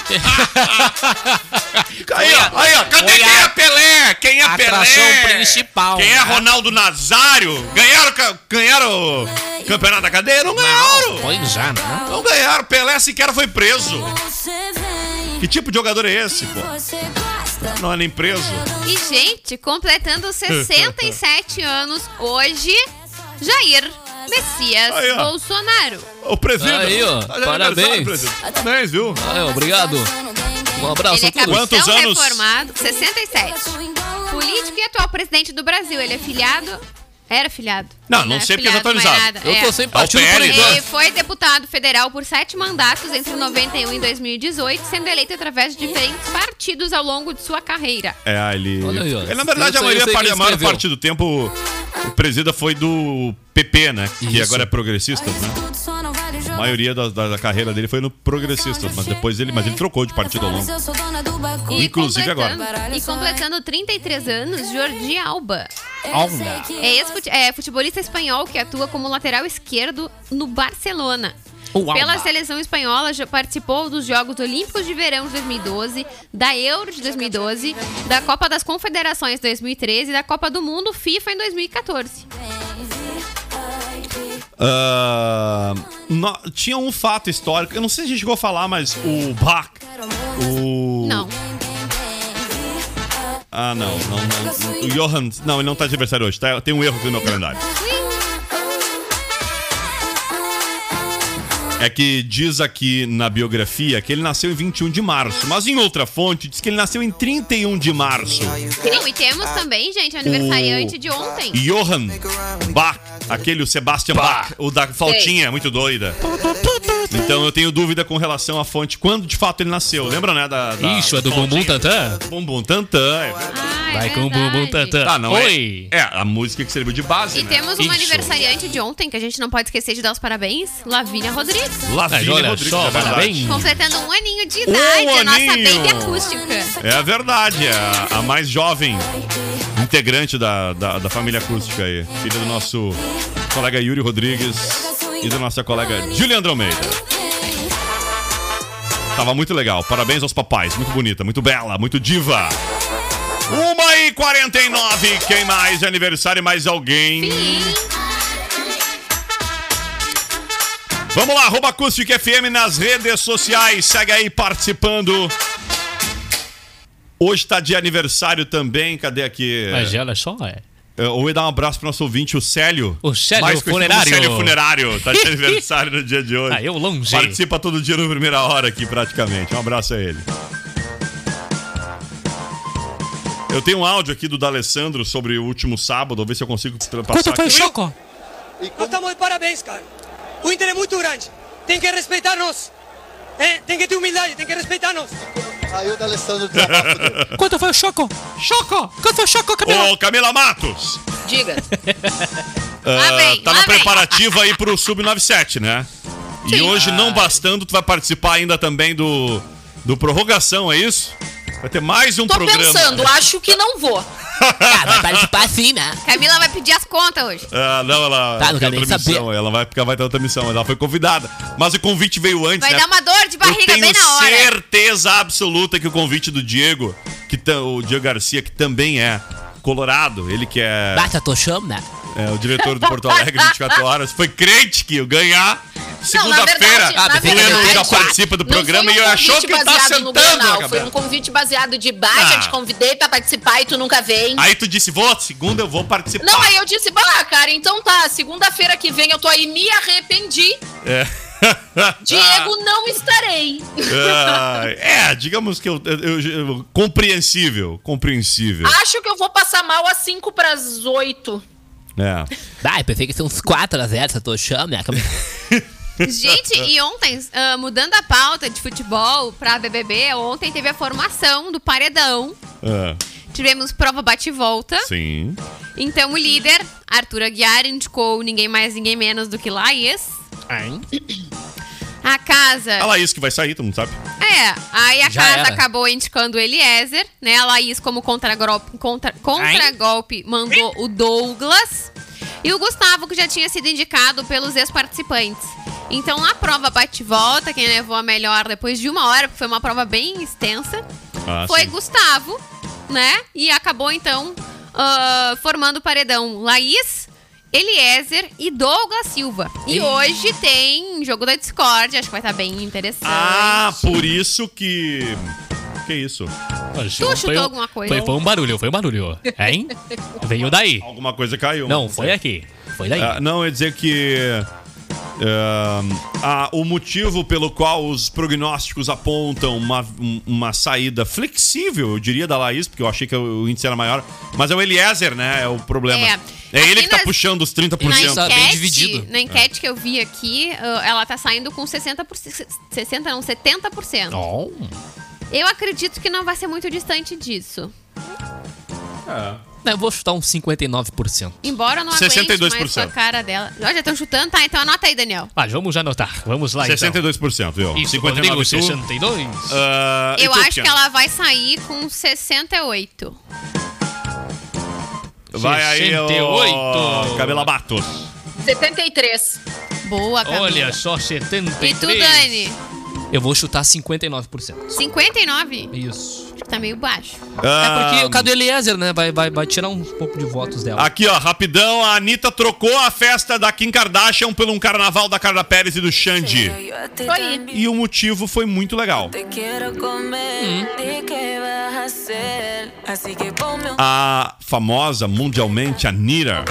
Aí, ó, aí, ó. Cadê quem é Pelé? Quem é a Pelé? atração principal. Quem é Ronaldo Nazário? Ganharam, ca- ganharam o campeonato da cadeia? Não ganharam. Pois é, né? Não ganharam. Pelé sequer foi preso. Que tipo de jogador é esse, pô? Não é nem preso. E, gente, completando sessenta e sete anos hoje, Jair Messias Aí, ó. Bolsonaro. O presidente. Aí, ó. Tá de Parabéns. aniversário, presidente. Parabéns, viu? Ai, obrigado. Um abraço Ele é a todos. Quantos capitão anos? reformado, sessenta e sete. Político e atual presidente do Brasil. Ele é filiado... Era filiado. Não, não sei porque é filiado, desatualizado. mais nada. Eu tô É. sem partido É o por P L, enquanto. Ele foi deputado federal por sete mandatos entre noventa e um e dois mil e dezoito, sendo eleito através de diferentes partidos ao longo de sua carreira. É, ele. Olha aí, ó. Ele, na verdade, Eu a sei- eu maioria, sei parte, quem a maior escreveu. parte do tempo, o presida foi do P P, né? Que Isso. agora é progressistas, né? A maioria da, da, da carreira dele foi no progressistas, mas depois ele, mas ele trocou de partido ao longo. E Inclusive completando- agora. E completando trinta e três anos, Jordi Alba. Alba. É ex-fute- é futebolista espanhol que atua como lateral esquerdo no Barcelona. O Alba. Pela seleção espanhola, já participou dos Jogos Olímpicos de Verão de dois mil e doze, da Euro de dois mil e doze, da Copa das Confederações de dois mil e treze e da Copa do Mundo FIFA em dois mil e quatorze. Ah, no- tinha um fato histórico, eu não sei se a gente chegou a falar, mas o Bach. O. Não. Ah, não, não, não. O Johan. Não, ele não tá de aniversário hoje, tá? Tem um erro aqui no meu calendário. É que diz aqui na biografia que ele nasceu em vinte e um de março, mas em outra fonte diz que ele nasceu em trinta e um de março. Não, e temos também, gente, aniversariante de ontem. Johann Bach, aquele o Sebastian Bach, o da flautinha, muito doida. Então eu tenho dúvida com relação à fonte, quando de fato ele nasceu. Lembra, né? Da, da Isso, é do Bumbum Tantã? Bumbum Tantã. É verdade. Ah, é Vai com o verdade. Bumbum Tantã. Tá, não Oi. é? É, a música que serviu de base, E né? temos uma Isso. aniversariante de ontem, que a gente não pode esquecer de dar os parabéns, Lavínia Rodrigues. Lavínia Mas olha Rodrigues, só, é verdade. parabéns. Completando um aninho de idade, a nossa aninho. baby acústica. É verdade, é a, a mais jovem integrante da, da, da família acústica aí. Filha do nosso colega Yuri Rodrigues e da nossa colega Juliandra Almeida. Tava muito legal. Parabéns aos papais. Muito bonita, muito bela, muito diva. uma e quarenta e nove. Quem mais de aniversário? Mais alguém? Vamos lá, arroba Acústica F M nas redes sociais. Segue aí participando. Hoje tá de aniversário também. Cadê aqui? Mas olha só, é. Eu vou dar um abraço pro nosso ouvinte, o Célio. O Célio Mais conhecido como Funerário. Célio Funerário. Tá de aniversário no dia de hoje. Ah, eu longe. Participa todo dia no primeira hora aqui, praticamente. Um abraço a ele. Eu tenho um áudio aqui do D'Alessandro sobre o último sábado. Vou ver se eu consigo passar Quanto foi o aqui. choco? Nós estamos de parabéns, cara. O Inter é muito grande. Tem que respeitar-nos. É, tem que ter humildade, tem que respeitar-nos. Aí o D'Alessandro desabafa dele. Quanto foi o choco? Choco! Quanto foi o choco, Camila? Ô, Camila Matos. Diga. ah, Lá vem, tá lá na vem. preparativa aí pro Sub noventa e sete, né? E Sim. hoje, não bastando, tu vai participar ainda também do, do Prorrogação, é isso? Vai ter mais um Tô programa. pensando, acho que não vou. Ah, vai participar sim, né? Camila vai pedir as contas hoje. Ah, não, ela Tá, não tem quero nem outra missão, saber. ela vai, porque ela vai ter outra missão, mas ela foi convidada. Mas o convite veio antes, Vai né? dar uma dor de Eu barriga tenho bem na hora. certeza absoluta que o convite do Diego, que tá, o Diego Garcia, que também é colorado, ele que é, Basta, tô chamo, né? é o diretor do Porto Alegre vinte e quatro horas, foi crente que ia ganhar segunda-feira. verdade, na O Leno verdade, já participa do não programa foi e um eu achou convite que ele tá baseado no sentando na Grenal, Foi cabeça. um convite baseado de baixo, Ah. eu te convidei pra participar e tu nunca vem. Aí tu disse, vou, segunda eu vou participar. Não, aí eu disse, bah, cara, então tá, segunda-feira que vem eu tô aí, me arrependi. É. Diego, não estarei. Ah, é, digamos que eu, eu- eu- compreensível, compreensível. Acho que eu vou passar mal às cinco pras oito. É. Ah, eu pensei que são uns quatro a zero, essa tô chamo, né? Gente, e ontem, ah, mudando a pauta de futebol pra B B B, ontem teve a formação do paredão. Ah, Tivemos prova bate-volta. sim. Então o líder, Arthur Aguiar, indicou ninguém mais, ninguém menos do que Laís. A casa... A Laís que vai sair, todo mundo sabe. É, aí a Já casa era. acabou indicando o Eliezer, né? A Laís, como contra-golpe, contra, contra-golpe mandou o Douglas. e o Gustavo, que já tinha sido indicado pelos ex-participantes. Então, na prova bate-volta, quem levou a melhor depois de uma hora, porque foi uma prova bem extensa, Ah, foi sim. Gustavo, né? E acabou, então, ah, formando o paredão Laís, Eliezer e Douglas Silva. E Ih. hoje tem jogo da Discord, acho que vai estar bem interessante. Ah, por isso que... Que isso? Tu chutou alguma coisa? Foi, foi um barulho, foi um barulho. Hein? Veio daí. Alguma coisa caiu. Não, foi aqui. Foi daí. Ah, não, eu ia dizer que... ah, ah, o motivo pelo qual os prognósticos apontam uma, um- uma saída flexível, eu diria, da Laís, porque eu achei que o índice era maior, mas é o Eliezer, né? É o problema. É. É, ele Aqui que tá nas- puxando os trinta por cento. Na bem enquete, dividido. na enquete que eu vi aqui, ah, ela tá saindo com sessenta por cento. sessenta não, setenta por cento. Oh. Eu acredito que não vai ser muito distante disso. Eu vou chutar uns cinquenta e nove por cento. Embora eu não aguente sessenta e dois por mais com a cento. cara dela. Ó, já estão chutando, tá? Então anota aí, Daniel. Ah, vamos já anotar. Vamos lá, sessenta e dois por cento, viu? então. Isso, cinquenta e nove Rodrigo, tu. sessenta e dois. Ah, e Eu tu, acho Cristiano? que ela vai sair com sessenta e oito. Vai aí, sessenta e oito. ô, Camila Matos. setenta e três. Boa, Camila. Olha só, setenta e E tu, três. Dani? Eu vou chutar cinquenta e nove por cento. cinquenta e nove? Isso. Acho que tá meio baixo. É porque Ah, o Cadu Eliezer, né? Vai, vai, vai tirar um pouco de votos dela. Aqui, ó, rapidão, a Anitta trocou a festa da Kim Kardashian por um carnaval da Carla Pérez e do Xande. Foi. E o motivo foi muito legal. A famosa, mundialmente, Anitta.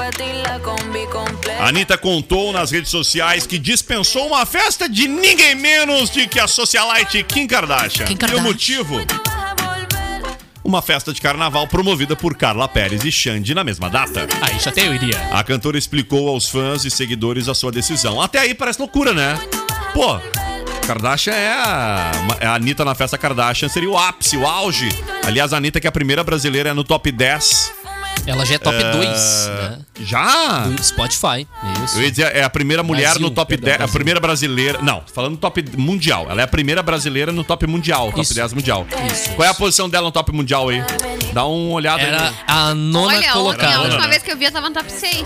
A Anitta contou nas redes sociais que dispensou uma festa de ninguém menos do que a socialite Kim Kardashian. Kim E o Kardashian. motivo? Uma festa de carnaval promovida por Carla Pérez e Xande na mesma data. Aí já até eu iria. A cantora explicou aos fãs e seguidores a sua decisão. Até aí parece loucura, né? Pô, Kardashian é a, uma- a Anitta na festa Kardashian seria o ápice, o auge. Aliás, a Anitta, que é a primeira brasileira, é no top dez. Ela já é top É, dois, né? Já? Do Spotify. Isso. Eu ia dizer, é a primeira mulher Brasil, no top perdão, dez, a Brasil. primeira brasileira. Não, falando top mundial. Ela é a primeira brasileira no top mundial, top Isso. dez mundial. Isso. Qual é a posição dela no top mundial aí? Dá uma olhada Era aí. a nona Olha, ontem, a colocada. última né? vez que eu vi, eu tava no top seis.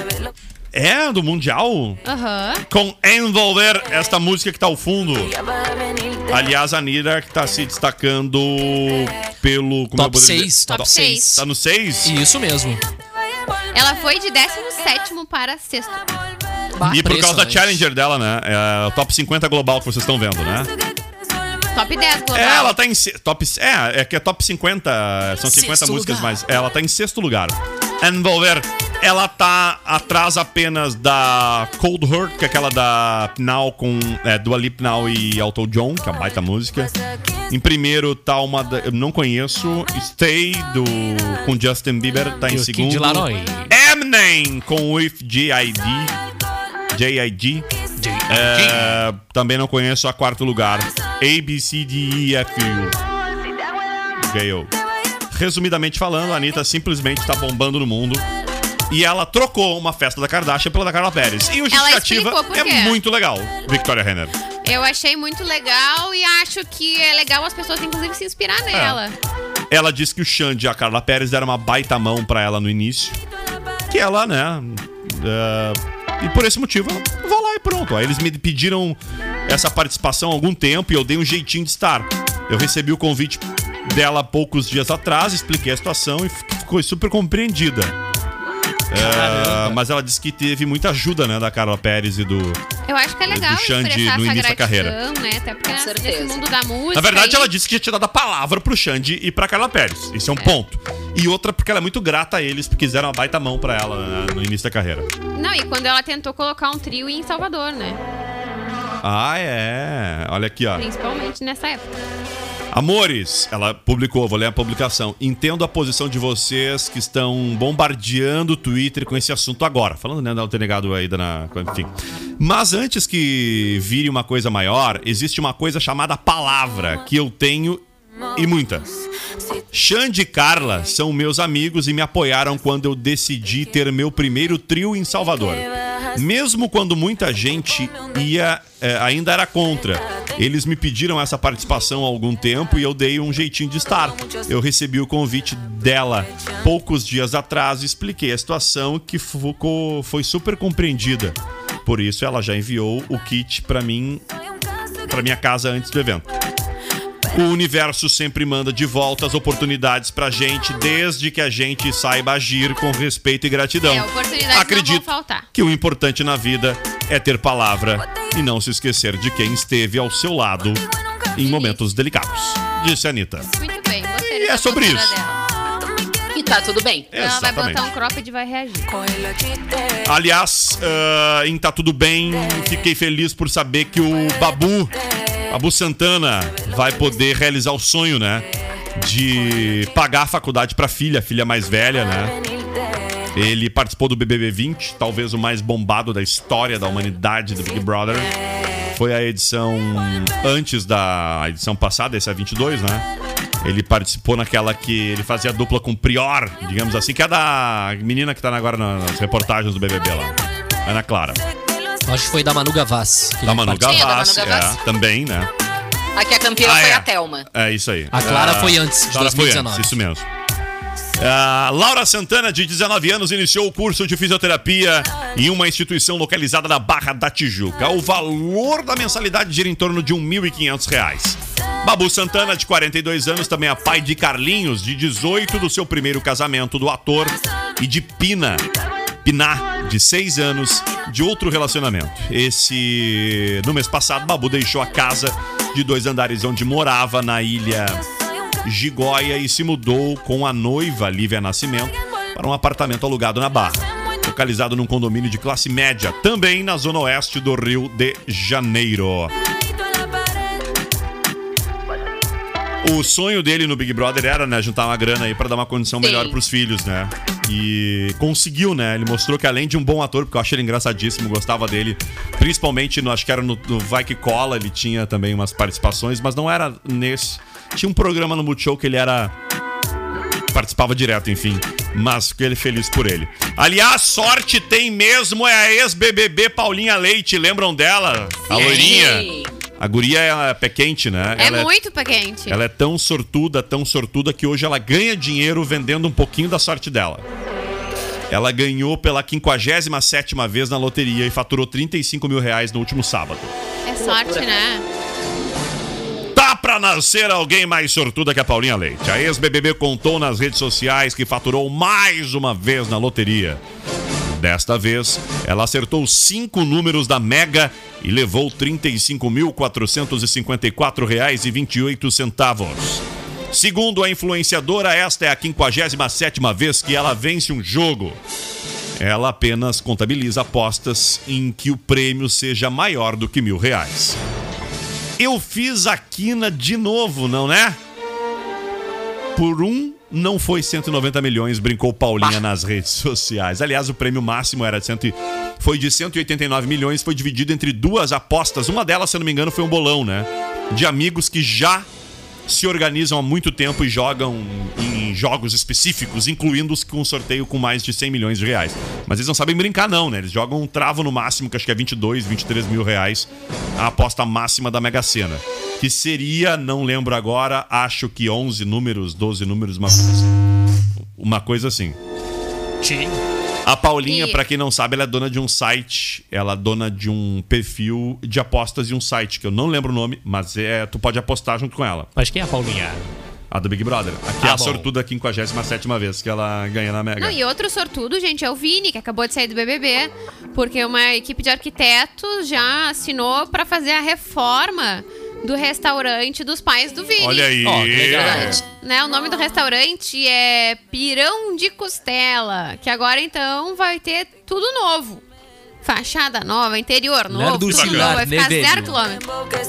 É, do mundial? Aham. Com Envolver, esta música que tá ao fundo. Aliás, a Anitta que tá se destacando pelo... Como eu Top poderia dizer? seis. Top Top seis. seis. Tá no seis? Isso mesmo. Ela foi de décimo sétimo para sexto. E por causa da Impressionante. Challenger dela, né? É o top cinquenta global que vocês estão vendo, né? Top dez global. É, ela tá em... se- Top, é, é que é top cinquenta, são cinquenta Sexto músicas lugar. mais. Ela tá em sexto lugar. Envolver, ela tá atrás apenas da Cold Heart, que é aquela da Pnau com é, Dua Lipa Now e Elton John, que é uma baita música. Em primeiro tá uma da, eu não conheço, Stay do com Justin Bieber, tá em E o Kid segundo. Laroi. Eminem com With J I D. J I G. É, também não conheço a quarto lugar. A, B, C, D, E, F, U. Gale. Resumidamente falando, a Anitta simplesmente tá bombando no mundo. E ela trocou uma festa da Kardashian pela da Carla Pérez. E o justificativa explicou por é quê. muito legal, Victoria Renner. Eu achei muito legal e acho que é legal as pessoas, inclusive, se inspirar nela. Ela disse que o Xande e a Carla Pérez deram uma baita mão pra ela no início. Que ela, né... é, e por esse motivo, ela vou lá e pronto. Aí eles me pediram essa participação há algum tempo e eu dei um jeitinho de estar. Eu recebi o convite dela há poucos dias atrás, expliquei a situação e f- ficou super compreendida. É, mas ela disse que teve muita ajuda, né, da Carla Pérez e do... Eu acho que é legal do Xande expressar no essa início da gratidão, carreira. né? Até porque nesse certeza. mundo da música... Na verdade, aí- ela disse que já tinha dado a palavra pro Xande e pra Carla Pérez. Isso é um ponto. E outra, porque ela é muito grata a eles, porque fizeram uma baita mão pra ela, né, no início da carreira. Não, e quando ela tentou colocar um trio em Salvador, né? Ah, é. Olha aqui, ó. Principalmente nessa época. Amores, ela publicou, vou ler a publicação. Entendo a posição de vocês que estão bombardeando o Twitter com esse assunto agora. Falando, né, dela ter negado a ida na... Enfim. Mas antes que vire uma coisa maior, existe uma coisa chamada palavra, que eu tenho e muita. Xande e Carla são meus amigos e me apoiaram quando eu decidi ter meu primeiro trio em Salvador. Mesmo quando muita gente ia, é, ainda era contra. Eles me pediram essa participação há algum tempo e eu dei um jeitinho de estar. Eu recebi o convite dela poucos dias atrás e expliquei a situação que ficou, foi super compreendida. Por isso ela já enviou o kit pra mim, pra minha casa antes do evento. O universo sempre manda de volta as oportunidades pra gente, desde que a gente saiba agir com respeito e gratidão. É, oportunidades Acredito não vão faltar. que o importante na vida é ter palavra e não se esquecer de quem esteve ao seu lado em momentos delicados, disse a Anitta. Muito bem, gostei E é sobre isso. dela. E tá tudo bem. Ela vai Exatamente. botar um cropped e vai reagir. Aliás, uh, em Tá Tudo Bem, fiquei feliz por saber que o Babu, Babu Santana, vai poder realizar o sonho, né? De pagar a faculdade pra filha, a filha mais velha, né? Ele participou do B B B vinte, talvez o mais bombado da história da humanidade do Big Brother. Foi a edição antes da edição passada, essa é a vinte e dois, né? Ele participou naquela que ele fazia dupla com Prior, digamos assim, que é da menina que tá agora nas reportagens do B B B lá, Ana Clara. Acho que foi da Manu Gavassi. Da Manu Sim, é da Manu Gavassi, Gavassi. é, também, né? Aqui a campeã Ah, foi é. a Thelma. É isso aí. A Clara Ah, foi antes, de Clara dois mil e foi dezenove. antes, isso mesmo. Ah, Laura Santana, de dezenove anos, iniciou o curso de fisioterapia em uma instituição localizada na Barra da Tijuca. O valor da mensalidade gira em torno de mil e quinhentos reais. Babu Santana, de quarenta e dois anos, também é pai de Carlinhos, de dezoito, do seu primeiro casamento, do ator, e de Pina, Piná, de seis anos, de outro relacionamento. Esse... No mês passado, Babu deixou a casa de dois andares onde morava na ilha Gigóia e se mudou com a noiva Lívia Nascimento para um apartamento alugado na Barra, localizado num condomínio de classe média, também na zona oeste do Rio de Janeiro. O sonho dele no Big Brother era, né, juntar uma grana aí pra dar uma condição Sim. melhor pros filhos, né? E conseguiu, né? Ele mostrou que além de um bom ator, porque eu achei ele engraçadíssimo, gostava dele, principalmente, no, acho que era no, no Vai Que Cola, ele tinha também umas participações, mas não era nesse. Tinha um programa no Multishow que ele era... participava direto, enfim. Mas fiquei ele feliz por ele. Aliás, sorte tem mesmo é a ex-B B B Paulinha Leite, lembram dela? A loirinha. A guria é pé quente, né? É Ela muito pé quente. Ela é tão sortuda, tão sortuda, que hoje ela ganha dinheiro vendendo um pouquinho da sorte dela. Ela ganhou pela quinquagésima sétima vez na loteria e faturou trinta e cinco mil reais no último sábado. É sorte, né? Tá pra nascer alguém mais sortuda que a Paulinha Leite. A ex-B B B contou nas redes sociais que faturou mais uma vez na loteria. Desta vez, ela acertou cinco números da Mega e levou trinta e cinco mil quatrocentos e cinquenta e quatro reais e vinte e oito centavos. Segundo a influenciadora, esta é a quinquagésima sétima vez que ela vence um jogo. Ela apenas contabiliza apostas em que o prêmio seja maior do que mil reais. Eu fiz a quina de novo, não é? Por um, não foi cento e noventa milhões, brincou Paulinha nas redes sociais. Aliás, o prêmio máximo era de cento, foi de cento e oitenta e nove milhões, foi dividido entre duas apostas. Uma delas, se eu não me engano, foi um bolão, né? De amigos que já se organizam há muito tempo e jogam em jogos específicos, incluindo os com sorteio com mais de cem milhões de reais. Mas eles não sabem brincar, não, né? Eles jogam um travo no máximo, que acho que é vinte e dois, vinte e três mil reais, a aposta máxima da Mega Sena. Que seria, não lembro agora, acho que onze números, doze números, uma coisa assim. Uma coisa assim. Sim. A Paulinha, E- pra quem não sabe, ela é dona de um site, ela é dona de um perfil de apostas e um site, que eu não lembro o nome, mas é, tu pode apostar junto com ela. Mas quem é a Paulinha? A do Big Brother. Aqui Ah, é a bom. sortuda quinquagésima sétima vez que ela ganha na Mega. Não, e outro sortudo, gente, é o Vini, que acabou de sair do B B B, porque uma equipe de arquitetos já assinou pra fazer a reforma do restaurante dos pais do Vini. Olha aí. Ó, que legal. Né, o nome do restaurante é Pirão de Costela, que agora então vai ter tudo novo. Fachada nova, interior novo, Lar do tudo celular, novo, vai ficar né, zero velho? quilômetro.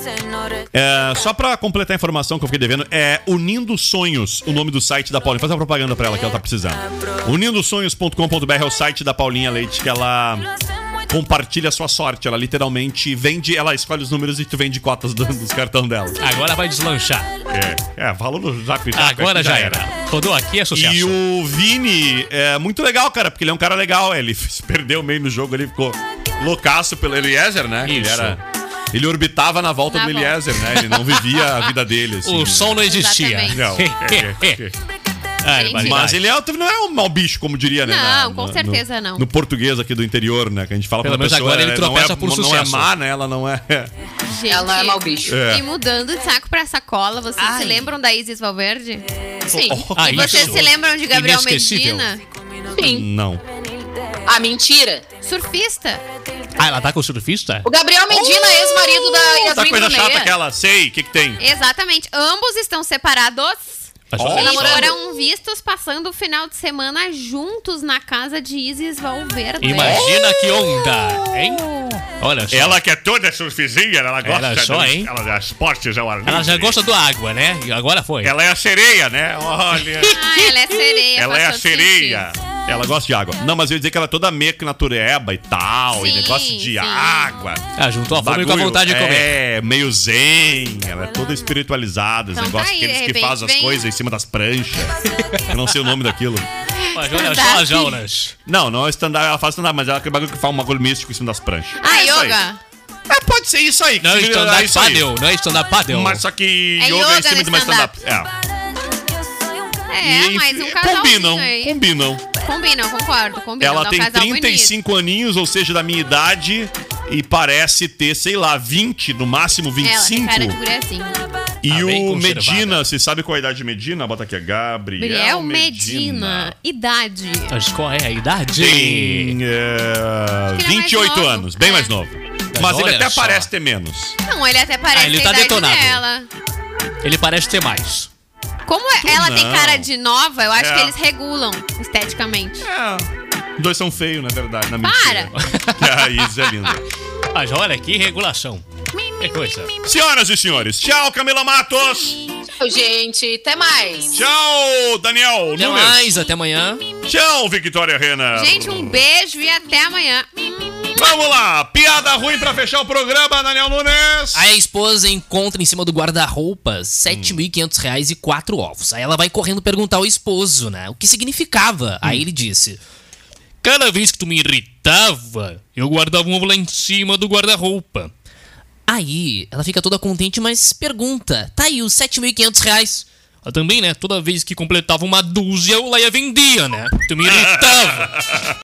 É, só pra completar a informação que eu fiquei devendo, é Unindo Sonhos, o nome do site da Paulinha. Faz uma propaganda pra ela que ela tá precisando. unindo sonhos ponto com ponto b r é o site da Paulinha Leite, que ela compartilha a sua sorte. Ela literalmente vende, ela escolhe os números e tu vende cotas do, dos cartão dela. Agora vai deslanchar. É, é falou no Jaco e Jaco. Agora já era. Rodou aqui é sucesso. E o Vini é muito legal, cara, porque ele é um cara legal. Ele se perdeu meio no jogo, ele ficou loucaço pelo Eliezer, né? Isso. Ele era... Ele orbitava na volta Na do volta. Eliezer, né? Ele não vivia a vida dele, assim. O som não existia. Exatamente. Não. é, é, é. Ai, Gente. barbaridade. Mas ele é, não é um mau bicho, como diria, né? Não, na- com no- certeza no, não. No português aqui do interior, né? Que a gente fala Pelo pra uma menos pessoa, agora ele é, não tropeça é, por não sucesso. é má, né? Ela não é... Gente, Ela não é mau bicho. É. E mudando de saco pra sacola, vocês Ai. se lembram da Isis Valverde? Sim. Ah, E vocês isso. se lembram de Gabriel Inesquecível. Medina? Sim. Não. Ah, mentira. Surfista. Ah, ela tá com o surfista? O Gabriel Medina, ex-marido da Tá Yasmin coisa chata Brunet. aquela. Sei, o que que tem? Exatamente. Ambos estão separados. Mas Ó. olha E só. foram vistos passando o final de semana juntos na casa de Isis Valverde. Imagina que onda, hein? Olha só. Ela que é toda surfizinha, ela gosta Olha só, dos- hein? Ela das esportes ao ar livre. Ela já gosta da água, né? E agora foi. Ela é a sereia, né? Olha. Ah, ela é sereia. Ela faz é a todo sereia. sentido. Ela gosta de água. Não, mas eu ia dizer que ela é toda meio que natureba e tal. e Sim, negócio de sim. água. Ah, juntou a fome com a Bagulho, vontade de comer. É, meio zen. Ela é toda espiritualizada. Esse Então negócio tá aí, aqueles de que repente fazem as vem- coisas em cima das pranchas. Eu não sei o nome daquilo. Mas olha só Stand-up. as aulas. Não, não é stand-up. Ela faz stand-up, mas ela é aquele bagulho que faz um bagulho místico em cima das pranchas. Ah, É isso aí. yoga. É, pode ser isso aí. que Não é se- stand-up isso aí. paddle, não é stand-up paddle. Mas só que É yoga, yoga em cima no de uma stand-up. stand-up. É. É, E, mas um enfim, casalzinho combinam, aí. combinam. Combinam, concordo. Combinam. Ela dá um tem casal trinta e cinco aninhos, ou seja, da minha idade, e parece ter, sei lá, vinte, no máximo bonito. vinte e Ela tem cinco. cara de guriazinho. E Tá bem o conservada. Medina, você sabe qual é a idade de Medina? Bota aqui, é Gabriel Gabriel Medina. Idade. Mas qual é a idade? Tem é, que ele é mais vinte e oito novo. anos, bem É. mais novo. Mas ele olha até só. parece ter menos. Não, ele até parece Ah, ele a tá idade detonado. dela. Ele parece ter mais. Como é- ela tem não. cara de nova, eu acho É. que eles regulam esteticamente. É. Os dois são feios, na verdade, na Para! mentira. Que a Isis é linda. Mas olha que regulação. Que coisa. Senhoras e senhores, tchau, Camila Matos. Tchau, gente. Até mais. Tchau, Daniel Até Nunes. mais, até amanhã. Tchau, Victoria Renner. Gente, um beijo e até amanhã. Vamos lá, piada ruim pra fechar o programa, Daniel Nunes. Aí a esposa encontra em cima do guarda-roupa sete mil e quinhentos reais e quatro ovos. Aí ela vai correndo perguntar ao esposo, né? O que significava. Aí ele disse... Cada vez que tu me irritava, eu guardava um ovo lá em cima do guarda-roupa. Aí ela fica toda contente, mas pergunta... Tá aí os sete mil e quinhentos reais. Ah, também, né? Toda vez que completava uma dúzia, eu lá ia vendia, né? Tu me irritava.